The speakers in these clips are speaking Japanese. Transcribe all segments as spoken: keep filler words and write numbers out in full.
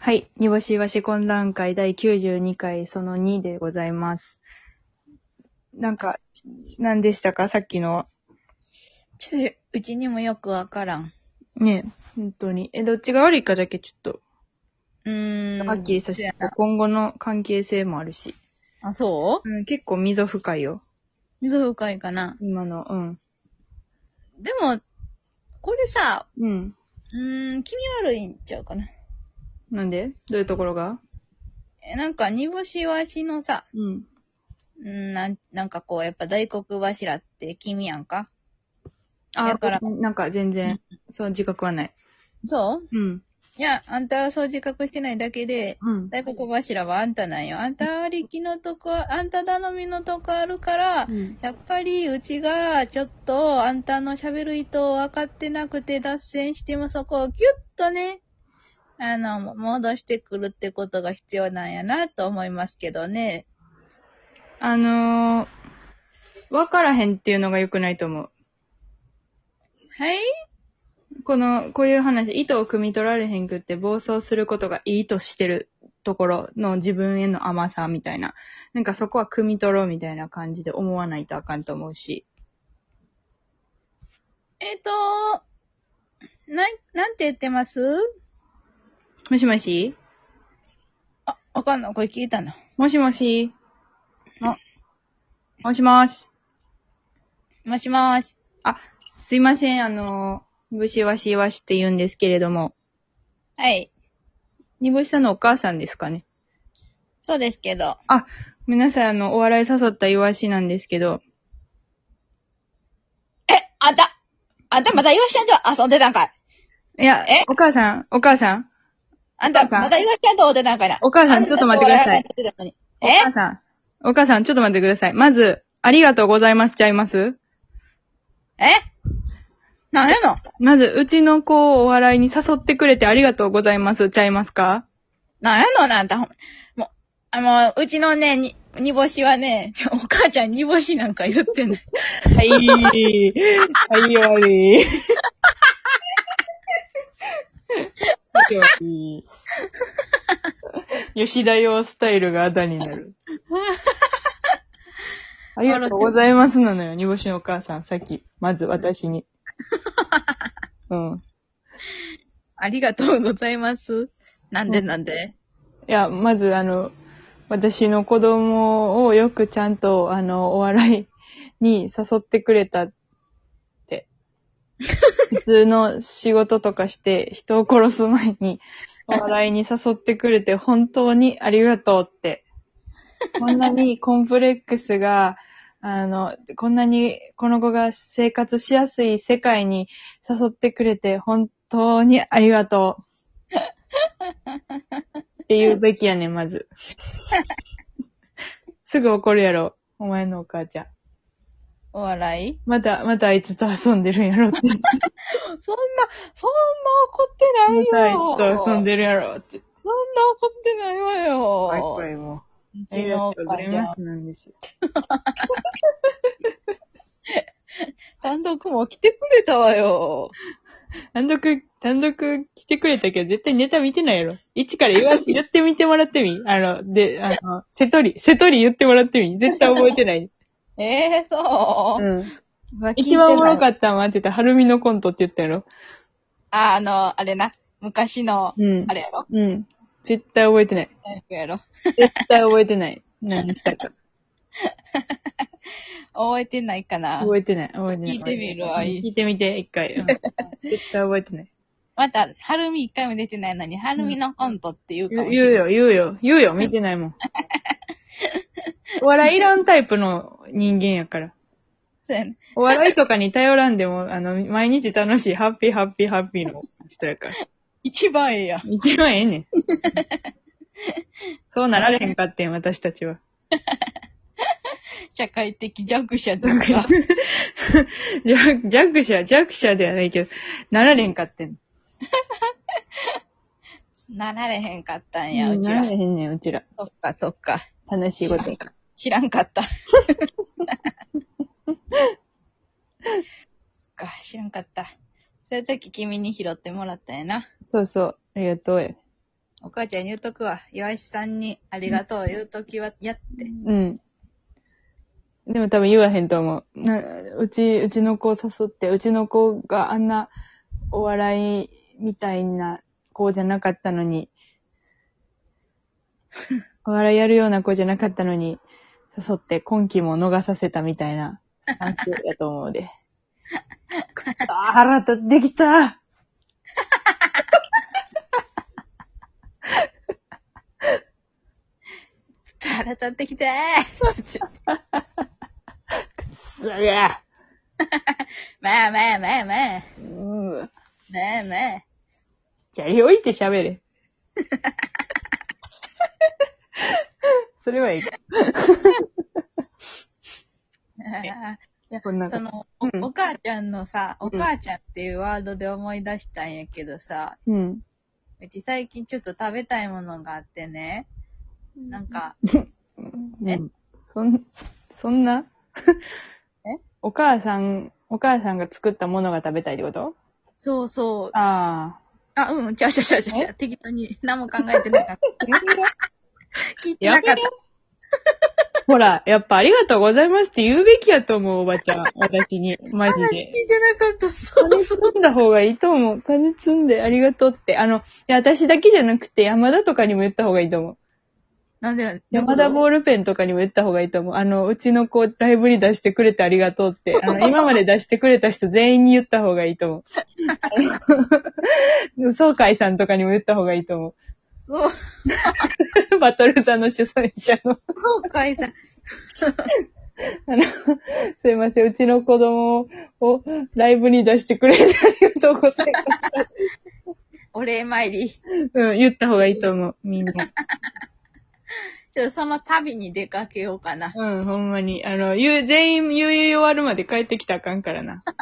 はい。煮干しわし懇談会だいきゅうじゅうにかいそのにでございます。なんか、何でしたかさっきの。 ちょっと、うちにもよくわからん。 ねえ、本当に。え、どっちが悪いかだけちょっと、 うーん。 はっきりさせて、今後の関係性もあるし。 あ、そううん、結構溝深いよ。 溝深いかな。 今の、うん。 でも、これさ、 うん。 うーん、気味悪いんちゃうかな。 なんでどういうところがえ、なんか、煮干しわしのさ、 うん。 うん、なん、なんかこう、やっぱ大黒柱って君やんか。 あ、 だからなんか全然、そう自覚はない。 そううん。 いや、あんたはそう自覚してないだけで、 うん。 大黒柱はあんたなんよ。あんたありきのとこ、あんた頼みのとこあるから、 うん。 やっぱりうちがちょっとあんたの喋る意図を分かってなくて脱線してもそこをギュッとね、あの、戻してくるってことが必要なんやなと思いますけどね。 あのー、わからへんっていうのが良くないと思う。 はいこの、こういう話、意図を汲み取られへんくって暴走することがいいとしてるところの自分への甘さみたいな。なんかそこは汲み取ろうみたいな感じで思わないとあかんと思うし。 えっ、と、な、なんて言ってますもしもしあ、わかんない。これ聞いたな。 もしもしも、もしもし。 もしもーし。 あ、すいません、あの、ぶしわしわしって言うんですけれども、 はい。 煮干しさんのお母さんですかね。 そうですけど。 あ、皆さん、あの、お笑い誘ったイワシなんですけど、 え、あんた、あんたまだイワシちゃんと遊んでたんかいいや、 えお母さん、お母さん、 あんた、 お母さんまだイワシちゃんと会うてたんかいな。 お母さんちょっと待ってくださいおえ母さん、お母さん、ちょっと待ってください。まず、ありがとうございますちゃいますえなんやのまず、うちの子をお笑いに誘ってくれてありがとうございますちゃいますかなんやのあんた、ほんもう、あの、うちのね、に、煮干しはね、ちょお母ちゃん煮干しなんか言ってない。 はい。はい、終わり。はい、終わり。吉田洋スタイルがあだになる。ありがとうございますなのよ、煮干しのお母さん、さっき。まず、私に。うん。 ありがとうございます。なんでなんで、 いや、まず、あの、私の子供をよくちゃんと、あの、お笑いに誘ってくれたって。普通の仕事とかして人を殺す前にお笑いに誘ってくれて本当にありがとうって。こんなにコンプレックスが、あの、こんなにこの子が生活しやすい世界に誘ってくれて本当にありがとう。って言うべきやねん、まず。すぐ怒るやろ、お前のお母ちゃん。 お笑いまた、またあいつと遊んでるんやろって。 そんな、そんな怒ってないまたあいよ。 つと遊んでるやろって。 そんな怒ってないわよ。 はい、これもう。 うありがちのおとうござい母ちゃん。 ますなんですよ。 単独も来てくれたわよ。 単独、単独来てくれたけど、絶対ネタ見てないやろ。一から言わし、言ってみてもらってみ。あの、で、あの、瀬戸り、瀬戸り言ってもらってみ。絶対覚えてない。 ええー、そう。 うん。 一一番おもろかったんはって言ったら、はるみのコントって言ったやろ。 あ、あの、あれな。昔の、 うん。 あれやろうん。絶対覚えてない。 何やろ絶対覚えてない。何したか。 覚えてないかな覚えてない。覚えてない。 聞いてみるわ。 聞いてみて、一回。うん、絶対覚えてない。 また、はるみ一回も出てないのに、はるみのコントって言うか言うもしれない。 よ、言うよ、言うよ、見てないもん。お笑いいらんタイプの人間やから。 そうやね。 お笑いとかに頼らんでも、あの、毎日楽しい、ハッピー、ハッピー、ハッピーの人やから。 一番ええやん。 一番ええねん。そうなられへんかってん、私たちは。 社会的弱者とか。 弱弱者、弱者ではないけど、なられへんかってん。 なられへんかったんや、うちら。 なられへんねん、うちら。 そっか、そっか。 楽しいことやから。 知らんかった。そっか、知らんかった。そういう時君に拾ってもらったんやな。 そうそう、ありがとうや。 お母ちゃんに言うとくわ。岩井さんにありがとう言うときはやって。 うん。でも多分言わへんと思う。な、うち、うちの子を誘って、うちの子があんなお笑いみたいな子じゃなかったのに、お笑いやるような子じゃなかったのに、誘って今期も逃させたみたいな感じやと思うで。くっあー腹立ってきた腹立ってきてーすげえまあまあまあまあ。 うん。 まあまあ。 じゃあ、置いて喋れ。それはいい。 いやこんなその、 うんお、お母ちゃんのさ、 うんお母ちゃんっていうワードで思い出したんやけどさ、 うん。 うち最近ちょっと食べたいものがあってね、なんか、えうん。そん、そんなえお母さん、お母さんが作ったものが食べたいってこと？ そうそう、 ああ、うん、ちゃうちゃうちゃうちゃうちゃう、適当に何も考えてなかった。聞いてあ。 なかった。 ほら、やっぱありがとうございますって言うべきやと思う、おばちゃん。私に。マジ話聞で。 いてなかった。そう金そう。 積んだ方がいいと思う。金積んでありがとうって。あの、いや、私だけじゃなくて山田とかにも言った方がいいと思う。 なんでなんで山田ボールペンとかにも言った方がいいと思う。あの、うちの子、ライブに出してくれてありがとうって。あの、今まで出してくれた人全員に言った方がいいと思う。あの総会さんとかにも言った方がいいと思そう、 う。バトル座の主催者の。 そうかいさん。 あの、すいません、うちの子供をライブに出してくれてありがとうございます。 お礼参り。 うん、言った方がいいと思う、みんな。 ちょっとその旅に出かけようかな。 うん、ほんまに。あの、言う、全員言い終わるまで帰ってきたらあかんからな。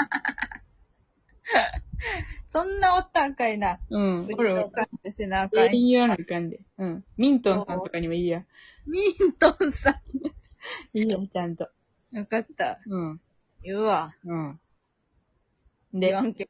そんなおったんかいな。 うん。 うちこれ、 のおかんってせなあかんし。 全員言わなあかんで。うん。ミントンさんとかにもいいや。 ミントンさいいや、ちゃんと。 ん。よかった。 うん。 言うわ。 うん。 言でわ、んけ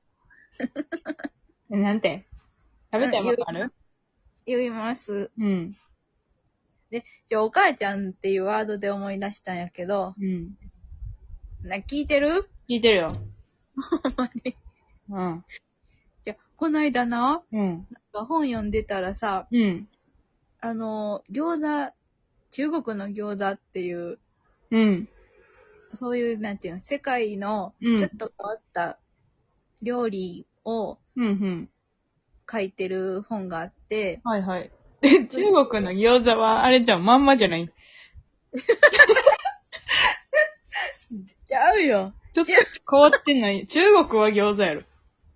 なんて食べたいものある？ 言います。 うん。 で、じゃあお母ちゃんっていうワードで思い出したんやけど、 うん。 な、聞いてる？ 聞いてるよ。 ほんまに。 うん。 じゃあ、こないだな、 うん。 なんか本読んでたらさ、 うん。 あの、餃子、中国の餃子っていう、 うん。 そういう、なんていうの、世界のうんちょっと変わった料理をうん。うん。 書いてる本があって、 はいはい。で、中国の餃子は、あれじゃん、まんまじゃない？ ちゃうよ。 ちょっと変わってない。中国は餃子やろ。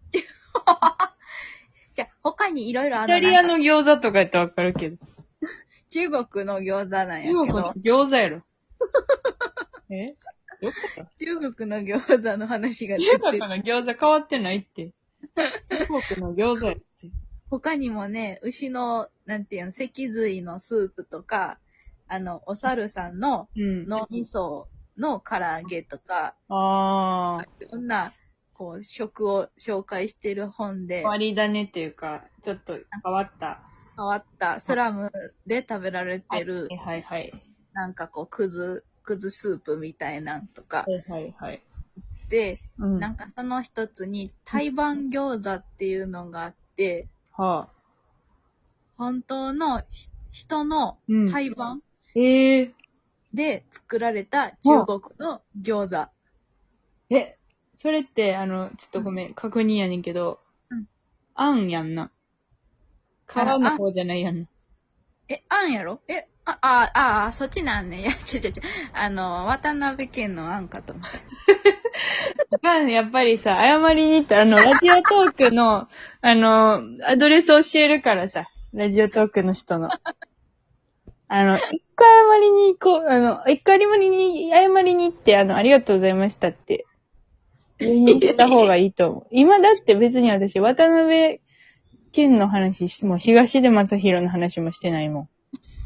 じゃあ、他にいろいろあイタるリアの餃子とかやったらわかるけど。 中国の餃子なんやけ中国のど、 餃子やろ。えどこだ？ 中国の餃子の話が出中国て、 の餃子変わってないって。中国の餃子やって。 他にもね、牛の、なんていうの、脊髄のスープとか、あの、お猿さんのうん。 脳みその唐揚げとか、 あいろんな、こう、食を紹介してる本でー。、割り種っていうか、ちょっと変わった。 変わったスラムで食べられてる、 はいはいはい。 なんかこう、くず、くずスープみたいなんとかはいはいはい。 で、 うん。 なんかその一つに、台湾餃子っていうのがあって、 はあ。 本当のひ人のうん台湾ええで作られた中国の餃子。 え、それって、あの、ちょっとごめん、確認やねんけど、 うんあんやんな。皮の方じゃないやんな。 え、あんやろえ、あ、あ、あ、あ、そっちなんね。いや、ちょちょちょ。あの、渡辺県のあんかと思った。 あやっぱりさ、謝りに行ったら、あの、ラジオトークの、あの、アドレス教えるからさ、ラジオトークの人の。あの、一回謝りに行こう、あの、一回謝りに、謝りに行って、あの、ありがとうございましたって、言いに行った方がいいと思う。今だって別に私、渡辺県の話し、もう東出正宏の話もしてないもん。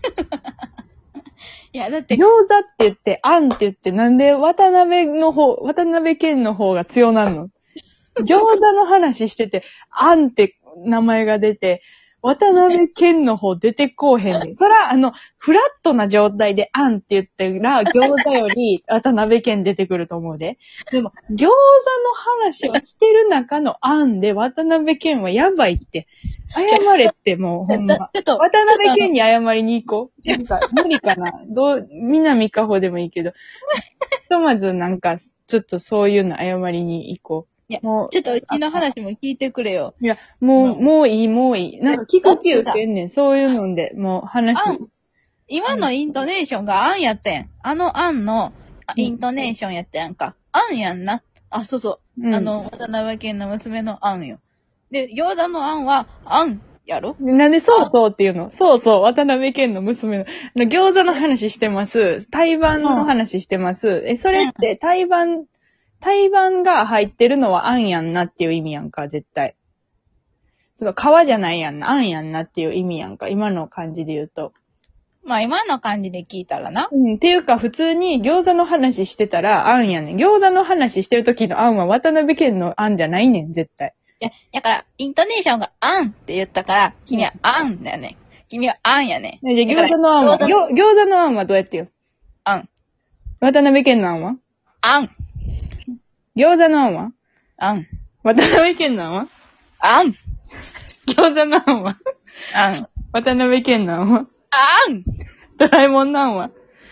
いや、だって、 餃子って言って、あんって言って、なんで渡辺の方、渡辺県の方が強なんの？餃子の話してて、あんって名前が出て、 渡辺謙の方出てこうへんねん。そら、あの、フラットな状態であんって言ったら、餃子より渡辺謙出てくると思うで。でも、餃子の話をしてる中のあんで渡辺謙はやばいって。謝れってもう、ほんま。 ちょっと、 渡辺謙に謝りに行こう。なんか、無理かな。どう、南かほでもいいけど。ひとまずなんか、ちょっとそういうの謝りに行こう。 いや、 もう、 ちょっとうちの話も聞いてくれよ。 いや、もう、 うんもういい、もういい。なんか聞く気をしてんねん。そういうので、もう話。 あん、今のイントネーションがあんやったやん。あのあんのイントネーションやったやんか。あんやんな。あ、そうそう。 うんあの、渡辺謙の娘のあんよ。で、餃子のあんは、あんやろ？ でなんでそうそうっていうの？そうそう、渡辺謙の娘の。あの餃子の話してます。台湾の話してます。え、それって台湾、台湾が入ってるのはあんやんなっていう意味やんか、絶対。その皮じゃないやんな、あんやんなっていう意味やんか、今の感じで言うと。 まあ今の感じで聞いたらな。 うん、っていうか普通に餃子の話してたらあんやねん。餃子の話してる時のあんは渡辺謙のあんじゃないねん、絶対。 いや、だから、イントネーションがあんって言ったから、君はあんだよね。君はあんやね。 じゃあ餃子のあんは、 餃子餃餃子のあんはどうやってよ。 あん。 渡辺謙のあんはあん。 餃子のあんはあん。 渡辺謙のあんはあん。 餃子のあんはあん。 渡辺謙のあんはあん。 ドラえもんのあんは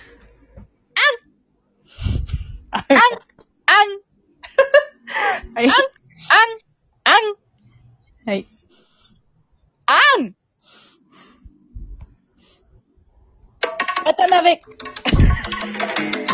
あん。あん。 あん。 はい。 あん。あん。 はい。 あん。渡辺。